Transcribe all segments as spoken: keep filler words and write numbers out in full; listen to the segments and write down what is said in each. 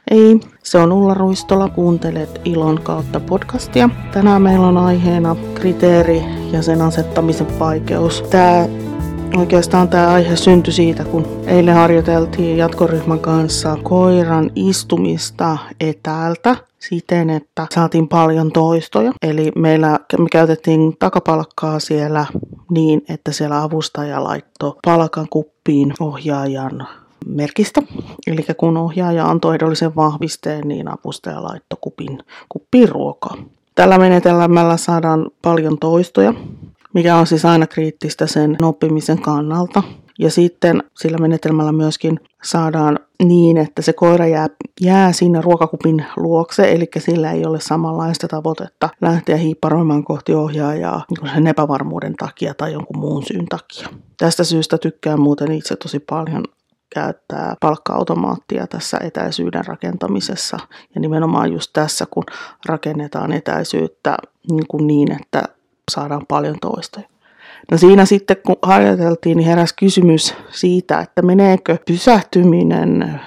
Hei, se on Ulla Ruistola, kuuntelet Ilon kautta podcastia. Tänään meillä on aiheena kriteeri ja sen asettamisen vaikeus. Tää, oikeastaan tämä aihe syntyi siitä, kun eilen harjoiteltiin jatkoryhmän kanssa koiran istumista etäältä siten, että saatiin paljon toistoja. Eli meillä, me käytettiin takapalkkaa siellä niin, että siellä avustaja laittoi palkan kuppiin ohjaajan merkistä. Eli kun ohjaaja antoi ehdollisen vahvisteen, niin avustaja laittoi kupin, kuppiin ruokaa. Tällä menetelmällä saadaan paljon toistoja, mikä on siis aina kriittistä sen oppimisen kannalta. Ja sitten sillä menetelmällä myöskin saadaan niin, että se koira jää, jää sinne ruokakupin luokse, eli sillä ei ole samanlaista tavoitetta lähteä hiipparoimaan kohti ohjaajaa niin sen epävarmuuden takia tai jonkun muun syyn takia. Tästä syystä tykkään muuten itse tosi paljon käyttää palkka-automaattia tässä etäisyyden rakentamisessa ja nimenomaan just tässä, kun rakennetaan etäisyyttä niin, kuin niin että saadaan paljon toistoja. No siinä sitten, kun harjoiteltiin, niin heräsi kysymys siitä, että meneekö pysähtyminen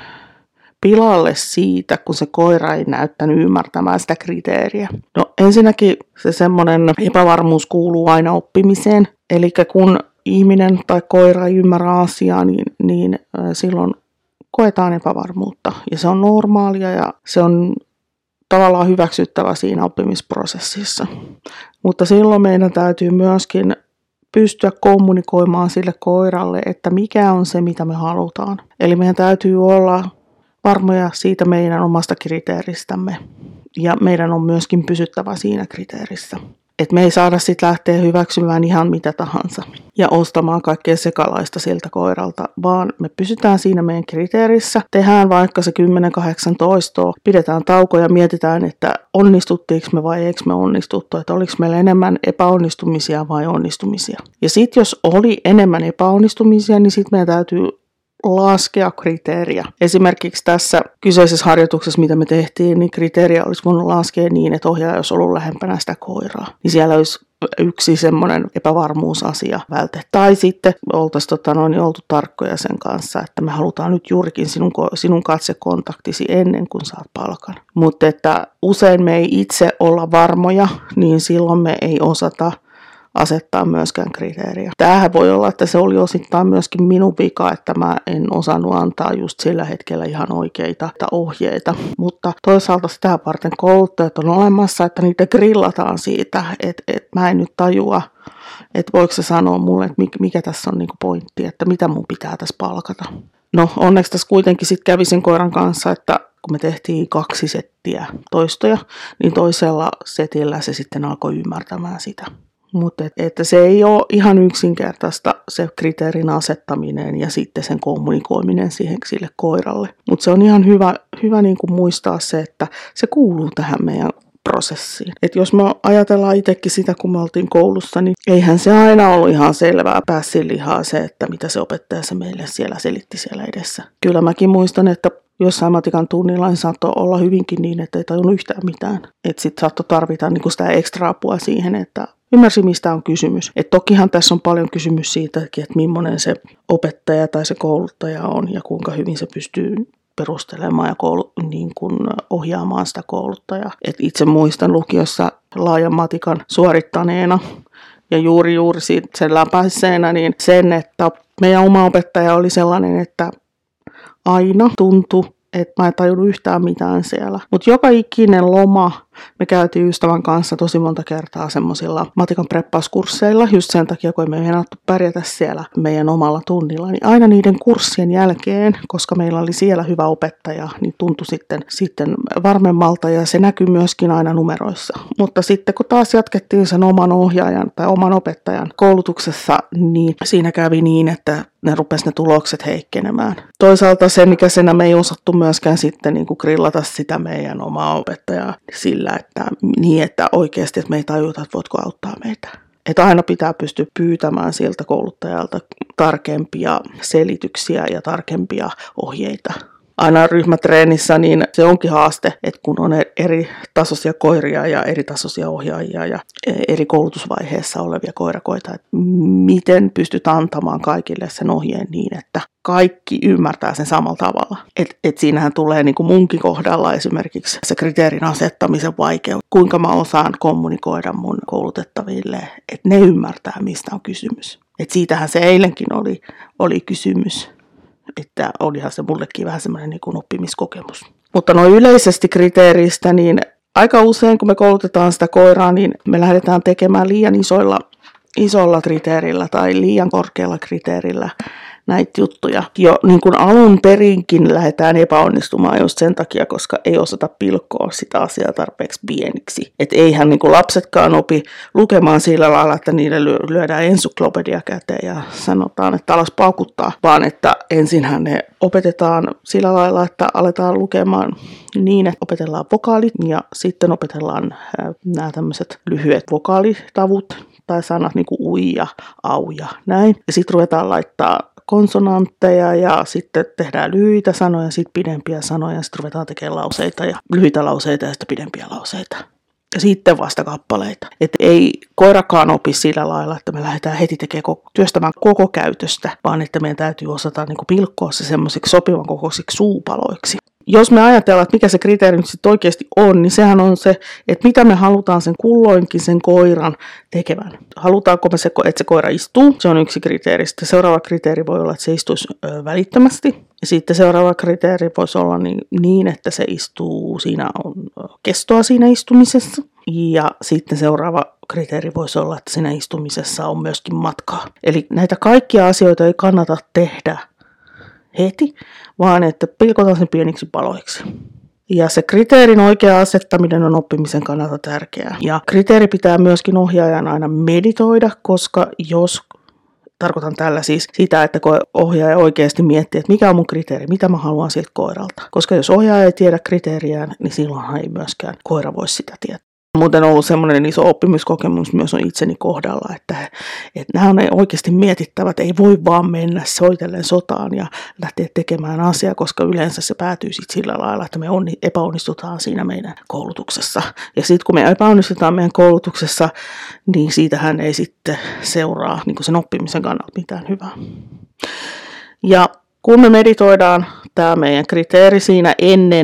pilalle siitä, kun se koira ei näyttänyt ymmärtämään sitä kriteeriä. No ensinnäkin se semmoinen epävarmuus kuuluu aina oppimiseen, eli kun ihminen tai koira ei ymmärrä asiaa, niin, niin silloin koetaan epävarmuutta. Ja se on normaalia ja se on tavallaan hyväksyttävä siinä oppimisprosessissa. Mutta silloin meidän täytyy myöskin pystyä kommunikoimaan sille koiralle, että mikä on se, mitä me halutaan. Eli meidän täytyy olla varmoja siitä meidän omasta kriteeristämme. Ja meidän on myöskin pysyttävä siinä kriteerissä. Että me ei saada sitten lähteä hyväksymään ihan mitä tahansa ja ostamaan kaikkea sekalaista siltä koiralta, vaan me pysytään siinä meidän kriteerissä. Tehdään vaikka se kymmenen kahdeksantoista, pidetään tauko ja mietitään, että onnistuttiinko me vai eikö me onnistuttu, että oliko meillä enemmän epäonnistumisia vai onnistumisia. Ja sitten jos oli enemmän epäonnistumisia, niin sitten meidän täytyy laskea kriteeriä. Esimerkiksi tässä kyseisessä harjoituksessa, mitä me tehtiin, niin kriteeriä olisi voinut laskea niin, että ohjaaja olisi ollut lähempänä sitä koiraa. Niin siellä olisi yksi semmoinen epävarmuusasia vältetty. Tai sitten oltaisiin tota, noin, oltu tarkkoja sen kanssa, että me halutaan nyt juurikin sinun, sinun katsekontaktisi ennen kuin saat palkan. Mutta että usein me ei itse olla varmoja, niin silloin me ei osata asettaa myöskään kriteeriä. Tämähän voi olla, että se oli osittain myöskin minun vika, että mä en osannut antaa just sillä hetkellä ihan oikeita ohjeita. Mutta toisaalta sitä varten kouluttajat on olemassa, että niitä grillataan siitä, että, että mä en nyt tajua, että voiko se sanoa mulle, että mikä tässä on niinku pointti, että mitä mun pitää tässä palkata. No onneksi tässä kuitenkin sitten kävi sen koiran kanssa, että kun me tehtiin kaksi settiä toistoja, niin toisella setillä se sitten alkoi ymmärtämään sitä. Mutta että se ei ole ihan yksinkertaista se kriteerin asettaminen ja sitten sen kommunikoiminen siihen sille koiralle. Mutta se on ihan hyvä, hyvä niin kuin muistaa se, että se kuuluu tähän meidän prosessiin. Et jos me ajatellaan itsekin sitä, kun me oltiin koulussa, niin eihän se aina ollut ihan selvää päässin lihaa se, että mitä se opettaja se meille siellä selitti siellä edessä. Kyllä mäkin muistan, että jossain matikan tunnilla niin saattoi olla hyvinkin niin, että ei tajunnut yhtään mitään. Että sitten saattoi tarvita niin kuin sitä ekstra apua siihen, että ymmärsi, mistä on kysymys. Et tokihan tässä on paljon kysymys siitäkin, että millainen se opettaja tai se kouluttaja on ja kuinka hyvin se pystyy perustelemaan ja koulu, niin kuin ohjaamaan sitä kouluttajaa. Et itse muistan lukiossa laajan matikan suorittaneena ja juuri juuri siitä sen läpäiseenä niin sen, että meidän oma opettaja oli sellainen, että aina tuntui, että mä en tajunnut yhtään mitään siellä. Mutta joka ikinen loma me käytiin ystävän kanssa tosi monta kertaa semmoisilla matikan preppauskursseilla, just sen takia, kun me ei meinattu pärjätä siellä meidän omalla tunnilla. Niin aina niiden kurssien jälkeen, koska meillä oli siellä hyvä opettaja, niin tuntui sitten, sitten varmemmalta ja se näkyi myöskin aina numeroissa. Mutta sitten kun taas jatkettiin sen oman ohjaajan tai oman opettajan koulutuksessa, niin siinä kävi niin, että ne rupesi ne tulokset heikkenemään. Toisaalta se, mikä senä me ei osattu myöskään sitten niin kuin grillata sitä meidän omaa opettajaa sillä, että niin, että oikeasti että me ei tajuta, että voitko auttaa meitä. Että aina pitää pystyä pyytämään sieltä kouluttajalta tarkempia selityksiä ja tarkempia ohjeita aina ryhmätreenissä, niin se onkin haaste, että kun on eri tasoisia koiria ja eri tasoisia ohjaajia ja eri koulutusvaiheessa olevia koirakoita, että miten pystyt antamaan kaikille sen ohjeen niin, että kaikki ymmärtää sen samalla tavalla. Et, et siinähän tulee niin kuin munkin kohdalla esimerkiksi se kriteerin asettamisen vaikeus. Kuinka mä osaan kommunikoida mun koulutettaville, että ne ymmärtää, mistä on kysymys. Et siitähän se eilenkin oli, oli kysymys. Että olihan se mullekin vähän semmoinen niin kuin oppimiskokemus. Mutta noin yleisesti kriteeristä, niin aika usein kun me koulutetaan sitä koiraa, niin me lähdetään tekemään liian isoilla, isolla kriteerillä tai liian korkealla kriteerillä näitä juttuja. Jo niin kuin alun perinkin lähdetään epäonnistumaan just sen takia, koska ei osata pilkkoa sitä asiaa tarpeeksi pieniksi. Että eihän niin kuin lapsetkaan opi lukemaan sillä lailla, että niille lyödään ensyklopedia käteen ja sanotaan, että alas paukuttaa, vaan että ensinhän ne opetetaan sillä lailla, että aletaan lukemaan niin, että opetellaan vokaalit ja sitten opetellaan nämä tämmöiset lyhyet vokaalitavut tai sanat niin kuin ui ja au ja näin. Ja sitten ruvetaan laittaa konsonantteja ja sitten tehdään lyhyitä sanoja, sitten pidempiä sanoja ja sitten ruvetaan tekemään lauseita ja lyhyitä lauseita ja sitten pidempiä lauseita. Ja sitten vasta kappaleita. Että ei koirakaan opi sillä lailla, että me lähdetään heti tekemään, työstämään koko käytöstä, vaan että meidän täytyy osata niin kuin pilkkoa se semmoisiksi sopivan kokoisiksi suupaloiksi. Jos me ajatellaan, että mikä se kriteeri nyt sitten oikeasti on, niin sehän on se, että mitä me halutaan sen kulloinkin sen koiran tekevän. Halutaanko me, se, että se koira istuu? Se on yksi kriteeri. Sitten seuraava kriteeri voi olla, että se istuisi välittömästi. Ja sitten seuraava kriteeri voisi olla niin, niin, että se istuu, siinä on kestoa siinä istumisessa. Ja sitten seuraava kriteeri voisi olla, että siinä istumisessa on myöskin matkaa. Eli näitä kaikkia asioita ei kannata tehdä heti, vaan että pilkotaan sen pieniksi paloiksi. Ja se kriteerin oikea asettaminen on oppimisen kannalta tärkeää. Ja kriteeri pitää myöskin ohjaajan aina meditoida, koska jos, tarkoitan tällä siis sitä, että ohjaaja oikeasti miettii, että mikä on mun kriteeri, mitä mä haluan siltä koiralta. Koska jos ohjaaja ei tiedä kriteeriään, niin silloinhan ei myöskään koira voi sitä tietää. Muuten on ollut semmoinen iso oppimiskokemus myös on itseni kohdalla, että, että nämä on oikeasti mietittävät, ei voi vaan mennä soitellen sotaan ja lähteä tekemään asiaa, koska yleensä se päätyy sitten sillä lailla, että me onni, epäonnistutaan siinä meidän koulutuksessa. Ja sitten kun me epäonnistutaan meidän koulutuksessa, niin siitähän ei sitten seuraa niin kuin sen oppimisen kannalta mitään hyvää. Ja kun me meditoidaan tämä meidän kriteeri siinä ennen,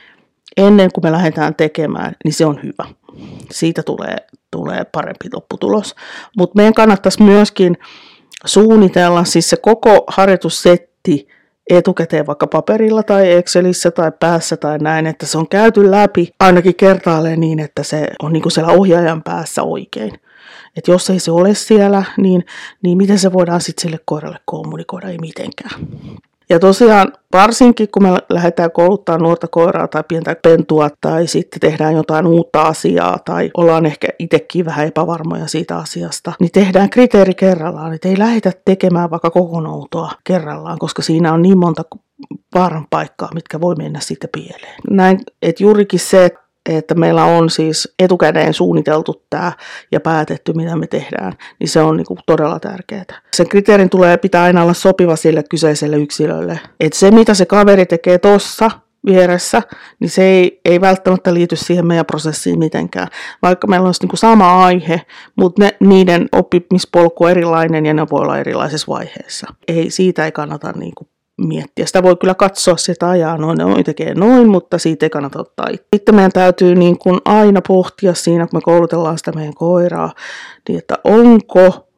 ennen kuin me lähdetään tekemään, niin se on hyvä. Siitä tulee, tulee parempi lopputulos. Mutta meidän kannattaisi myöskin suunnitella siis se koko harjoitussetti etukäteen vaikka paperilla tai Excelissä tai päässä tai näin, että se on käyty läpi ainakin kertaalleen niin, että se on niin kuin siellä ohjaajan päässä oikein. Että jos ei se ole siellä, niin, niin miten se voidaan sitten sille koiralle kommunikoida, ei mitenkään. Ja tosiaan varsinkin kun me lähdetään kouluttamaan nuorta koiraa tai pientä pentua tai sitten tehdään jotain uutta asiaa tai ollaan ehkä itsekin vähän epävarmoja siitä asiasta, niin tehdään kriteeri kerrallaan. Että ei lähdetä tekemään vaikka koko noutoa kerrallaan, koska siinä on niin monta vaaran paikkaa, mitkä voi mennä sitten pieleen. Näin, että juurikin se, että meillä on siis etukäteen suunniteltu tämä ja päätetty, mitä me tehdään, niin se on niinku todella tärkeää. Sen kriteerin tulee pitää aina olla sopiva sille kyseiselle yksilölle. Että se, mitä se kaveri tekee tuossa vieressä, niin se ei, ei välttämättä liity siihen meidän prosessiin mitenkään. Vaikka meillä olisi niinku sama aihe, mutta ne, niiden oppimispolku on erilainen ja ne voi olla erilaisessa vaiheessa. Ei, siitä ei kannata niinku miettiä. Sitä voi kyllä katsoa sitä ajaa, noin, noin tekee noin, mutta siitä ei kannata ottaa. Sitten meidän täytyy niin kuin aina pohtia siinä, kun me koulutellaan sitä meidän koiraa, niin että onko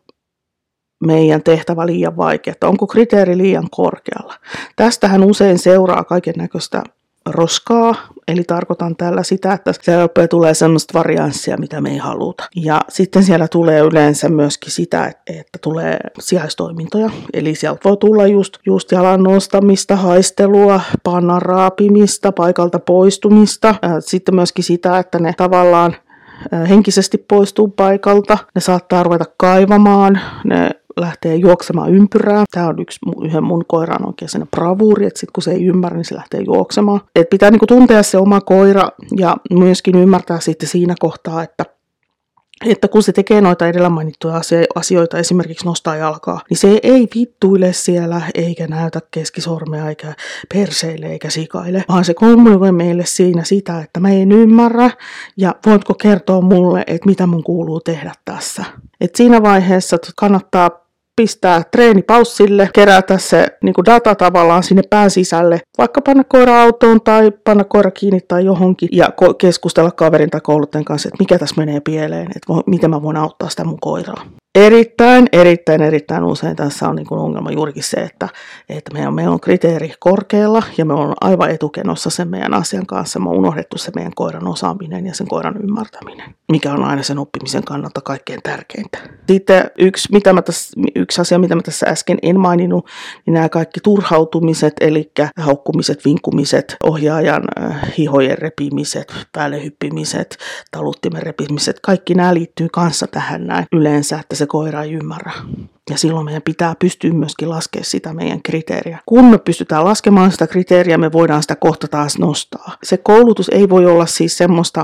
meidän tehtävä liian vaikea, että onko kriteeri liian korkealla. Tästähän usein seuraa kaiken näköistä roskaa, eli tarkoitan tällä sitä, että siellä tulee semmoista varianssia, mitä me ei haluta. Ja sitten siellä tulee yleensä myöskin sitä, että tulee sijaistoimintoja, eli sieltä voi tulla just, just jalan nostamista, haistelua, pannan raapimista, paikalta poistumista, sitten myöskin sitä, että ne tavallaan henkisesti poistuu paikalta, ne saattaa ruveta kaivamaan, ne lähtee juoksemaan ympyrää. Tämä on yksi yhden mun koiran oikein sen bravuuri, että sit kun se ei ymmärrä, niin se lähtee juoksemaan. Et pitää niinku tuntea se oma koira ja myöskin ymmärtää sitten siinä kohtaa, että että kun se tekee noita edellä mainittuja asioita, esimerkiksi nostaa jalkaa, niin se ei vittuile siellä, eikä näytä keskisormea, eikä perseille, eikä sikaile, vaan se kommunikoi meille siinä sitä, että mä en ymmärrä, ja voitko kertoa mulle, että mitä mun kuuluu tehdä tässä. Et siinä vaiheessa kannattaa pistää treeni paussille, kerätä se niin kuin data tavallaan sinne pään sisälle, vaikka panna koira autoon tai panna koira kiinni tai johonkin ja ko- keskustella kaverin tai kouluttajan kanssa, että mikä tässä menee pieleen, että vo- miten mä voin auttaa sitä mun koiraa. Erittäin, erittäin, erittäin usein tässä on niin kuin ongelma juurikin se, että, että meillä, meillä on kriteeri korkealla ja me on aivan etukenossa sen meidän asian kanssa. Me on unohdettu se meidän koiran osaaminen ja sen koiran ymmärtäminen, mikä on aina sen oppimisen kannalta kaikkein tärkeintä. Sitten yksi, mitä mä tässä, yksi asia, mitä mä tässä äsken en maininnut, niin nämä kaikki turhautumiset, eli haukkumiset, vinkkumiset, ohjaajan hihojen repimiset, päälle hyppimiset, taluttimen repimiset, kaikki nämä liittyy kanssa tähän näin yleensä, että se koira ei ymmärrä. Ja silloin meidän pitää pystyä myöskin laskemaan sitä meidän kriteeriä. Kun me pystytään laskemaan sitä kriteeriä, me voidaan sitä kohta taas nostaa. Se koulutus ei voi olla siis semmoista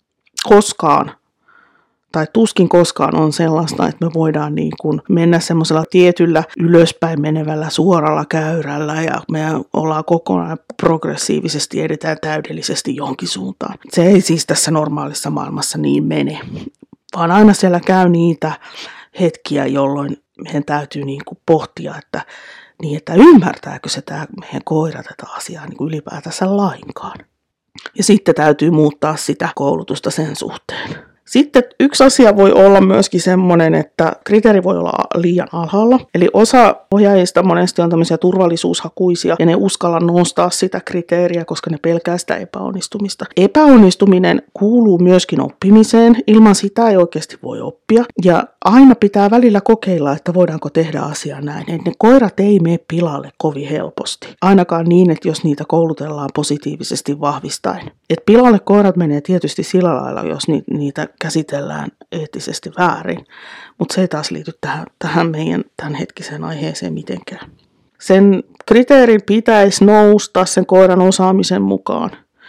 koskaan, tai tuskin koskaan on sellaista, että me voidaan niin kuin mennä semmoisella tietyllä ylöspäin menevällä suoralla käyrällä ja me ollaan kokonaan progressiivisesti, edetään täydellisesti johonkin suuntaan. Se ei siis tässä normaalissa maailmassa niin mene, vaan aina siellä käy niitä hetkiä, jolloin meidän täytyy niin kuin pohtia, että, niin että ymmärtääkö se tämä meidän koira tätä asiaa niin kuin ylipäätänsä lainkaan. Ja sitten täytyy muuttaa sitä koulutusta sen suhteen. Sitten yksi asia voi olla myöskin semmoinen, että kriteeri voi olla liian alhaalla. Eli osa ohjaajista monesti on tämmöisiä turvallisuushakuisia ja ne uskalla nostaa sitä kriteeriä, koska ne pelkää sitä epäonnistumista. Epäonnistuminen kuuluu myöskin oppimiseen. Ilman sitä ei oikeasti voi oppia. Ja aina pitää välillä kokeilla, että voidaanko tehdä asiaa näin. Että ne koirat ei mene pilalle kovin helposti. Ainakaan niin, että jos niitä koulutellaan positiivisesti vahvistaen. Et pilalle koirat menee tietysti sillä lailla, jos ni- niitä käsitellään eettisesti väärin, mutta se ei taas liity tähän, tähän meidän tämänhetkiseen aiheeseen mitenkään. Sen kriteerin pitäisi nousta sen koiran osaamisen mukaan.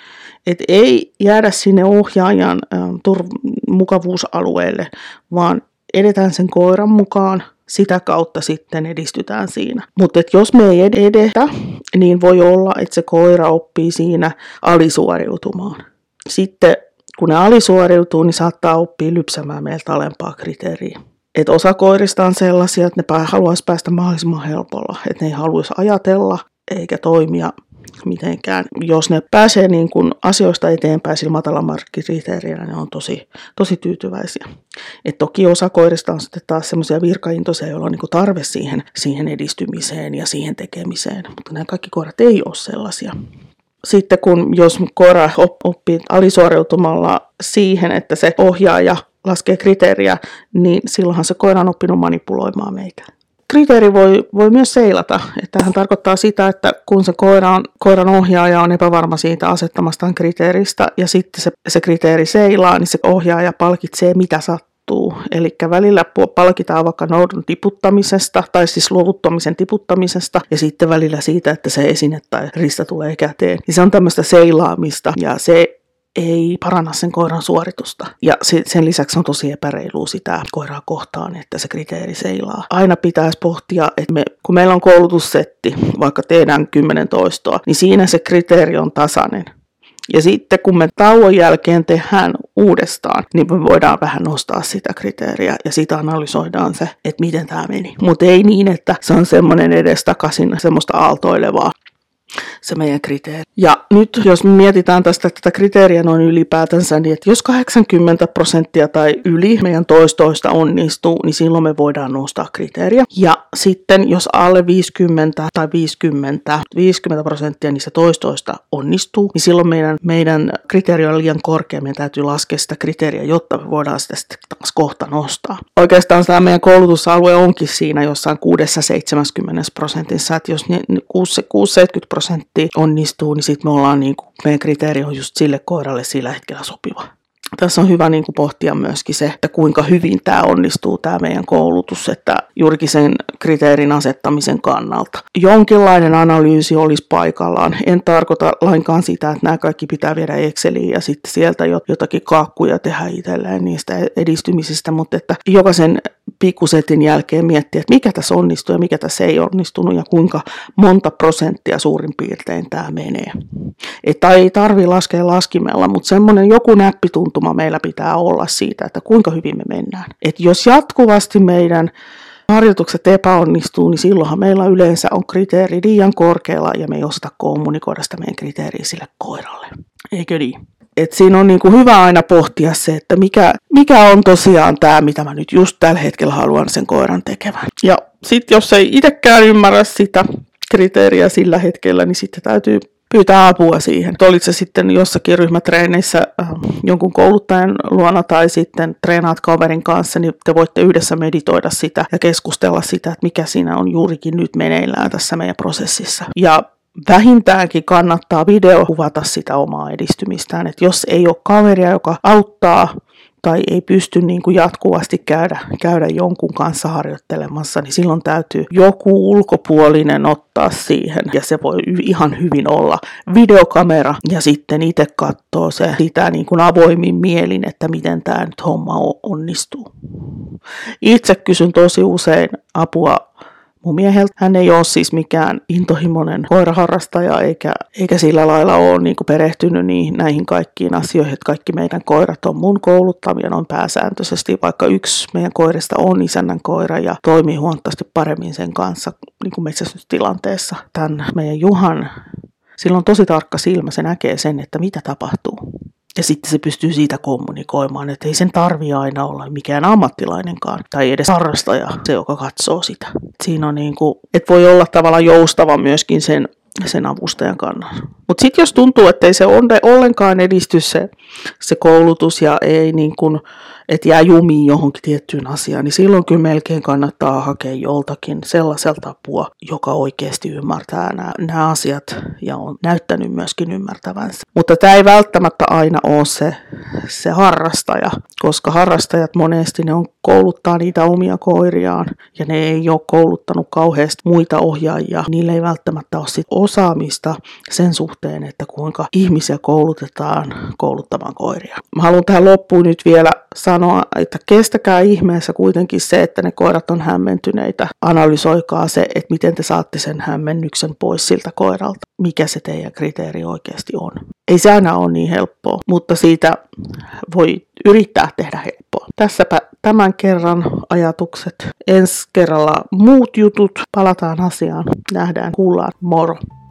Et ei jäädä sinne ohjaajan äh, tur- mukavuusalueelle, vaan edetään sen koiran mukaan, sitä kautta sitten edistytään siinä. Mutta jos me ei edetä, niin voi olla, että se koira oppii siinä alisuoriutumaan. Sitten kun ne alisuoriutuu, niin saattaa oppia lypsämään meiltä alempaa kriteeriä. Et osa koirista on sellaisia, että ne haluaisi päästä mahdollisimman helpolla. Että ne ei haluaisi ajatella eikä toimia mitenkään. Jos ne pääsee niin kun asioista eteenpäin sillä matalammalla kriteerillä, ne on tosi, tosi tyytyväisiä. Et toki osa koirista on sitten taas semmoisia virkaintoisia, joilla on niin kun tarve siihen, siihen edistymiseen ja siihen tekemiseen. Mutta nämä kaikki koirat ei ole sellaisia. Sitten kun jos koira oppii alisuoriutumalla siihen, että se ohjaaja laskee kriteeriä, niin silloinhan se koira on oppinut manipuloimaan meitä. Kriteeri voi, voi myös seilata. Tämähän tarkoittaa sitä, että kun se koiran, koiran ohjaaja on epävarma siitä asettamastaan kriteeristä ja sitten se, se kriteeri seilaa, niin se ohjaaja palkitsee mitä sattuu. Eli välillä palkitaan vaikka noudun tiputtamisesta tai siis luovuttamisen tiputtamisesta ja sitten välillä siitä, että se esine tai rista tulee käteen. Ja se on tämmöistä seilaamista ja se ei paranna sen koiran suoritusta. Ja sen lisäksi on tosi epäreilua sitä koiraa kohtaan, että se kriteeri seilaa. Aina pitäisi pohtia, että me, kun meillä on koulutussetti, vaikka tehdään kymmenen toistoa, niin siinä se kriteeri on tasainen. Ja sitten kun me tauon jälkeen tehdään uudestaan, niin me voidaan vähän nostaa sitä kriteeriä ja sitä analysoidaan se, että miten tämä meni. Mutta ei niin, että se on semmoinen edestakaisin semmoista aaltoilevaa se meidän kriteeri. Ja nyt jos me mietitään tästä tätä kriteeriä noin ylipäätänsä, niin että jos kahdeksankymmentä prosenttia tai yli meidän toistoista onnistuu, niin silloin me voidaan nostaa kriteeriä. Ja sitten jos alle viisikymmentä tai viisikymmentä, viisikymmentä prosenttia niistä toistoista onnistuu, niin silloin meidän, meidän kriteeri on liian korkea. Meidän täytyy laskea sitä kriteeriä, jotta me voidaan sitä sitten taas kohta nostaa. Oikeastaan tämä meidän koulutusalue onkin siinä jossain kuusi seitsemänkymmentä prosentissa, että jos kuusi seitsemänkymmentä prosenttia onnistuu, niin sitten me ollaan niin kuin, meidän kriteeri on just sille koiralle sillä hetkellä sopiva. tässä on hyvä niin kuin pohtia myöskin se, että kuinka hyvin tämä onnistuu tämä meidän koulutus, että juurikin sen kriteerin asettamisen kannalta. Jonkinlainen analyysi olisi paikallaan. En tarkoita lainkaan sitä, että nämä kaikki pitää viedä Exceliin ja sitten sieltä jotakin kaakkuja tehdä itselleen niistä edistymisistä, mutta että jokaisen pikkusetin jälkeen miettiä, että mikä tässä onnistuu ja mikä tässä ei onnistunut ja kuinka monta prosenttia suurin piirtein tämä menee. Että ei tarvitse laskea laskimella, mutta semmoinen joku näppituntuma meillä pitää olla siitä, että kuinka hyvin me mennään. Että jos jatkuvasti meidän harjoitukset epäonnistuu, niin silloinhan meillä yleensä on kriteeri liian korkealla ja me ei osata kommunikoida sitä meidän kriteeriä sille koiralle. Eikö niin? Et siinä on niinku hyvä aina pohtia se, että mikä, mikä on tosiaan tämä, mitä mä nyt just tällä hetkellä haluan sen koiran tekevän. Ja sitten jos ei itsekään ymmärrä sitä kriteeriä sillä hetkellä, niin sitten täytyy pyytää apua siihen. Olit se sitten jossakin ryhmätreeneissä äh, jonkun kouluttajan luona tai sitten treenaat kaverin kanssa, niin te voitte yhdessä meditoida sitä ja keskustella sitä, että mikä siinä on juurikin nyt meneillään tässä meidän prosessissa. Ja vähintäänkin kannattaa videokuvata sitä omaa edistymistään, että jos ei ole kaveria, joka auttaa tai ei pysty niin kuin jatkuvasti käydä, käydä jonkun kanssa harjoittelemassa, niin silloin täytyy joku ulkopuolinen ottaa siihen. Ja se voi ihan hyvin olla videokamera ja sitten itse katsoo se sitä niin kuin avoimin mielin, että miten tämä nyt homma onnistuu. Itse kysyn tosi usein apua mun mieheltä. Hän ei ole siis mikään intohimoinen koiraharrastaja eikä, eikä sillä lailla ole niin kuin perehtynyt niihin, näihin kaikkiin asioihin, että kaikki meidän koirat on mun kouluttamia noin pääsääntöisesti, vaikka yksi meidän koirista on isännän koira ja toimii huomattavasti paremmin sen kanssa niin kuin metsästystilanteessa. Tämän meidän Juhan, sillä on tosi tarkka silmä, se näkee sen, että mitä tapahtuu. Ja sitten se pystyy siitä kommunikoimaan, että ei sen tarvitse aina olla mikään ammattilainenkaan tai edes harrastaja, se joka katsoo sitä. Siinä on niin kuin, että voi olla tavallaan joustava myöskin sen, sen avustajan kannalta. Mutta sitten jos tuntuu, että ei se ollenkaan edisty se, se koulutus ja ei niin kuin, että jää jumiin johonkin tiettyyn asiaan, niin silloin kyllä melkein kannattaa hakea joltakin sellaiselta apua, joka oikeasti ymmärtää nämä, nämä asiat ja on näyttänyt myöskin ymmärtävänsä. Mutta tämä ei välttämättä aina ole se, se harrastaja, koska harrastajat monesti ne on kouluttaa niitä omia koiriaan ja ne ei ole kouluttanut kauheasti muita ohjaajia. Niillä ei välttämättä ole sit osaamista sen suhteen, että kuinka ihmisiä koulutetaan kouluttamaan koiria. Mä haluan tähän loppuun nyt vielä sanoa, että kestäkää ihmeessä kuitenkin se, että ne koirat on hämmentyneitä. Analysoikaa se, että miten te saatte sen hämmennyksen pois siltä koiralta. Mikä se teidän kriteeri oikeasti on. Ei se aina ole niin helppoa, mutta siitä voi yrittää tehdä helppoa. Tässäpä tämän kerran ajatukset. Ensi kerralla muut jutut. Palataan asiaan. Nähdään, kuullaan. Moro!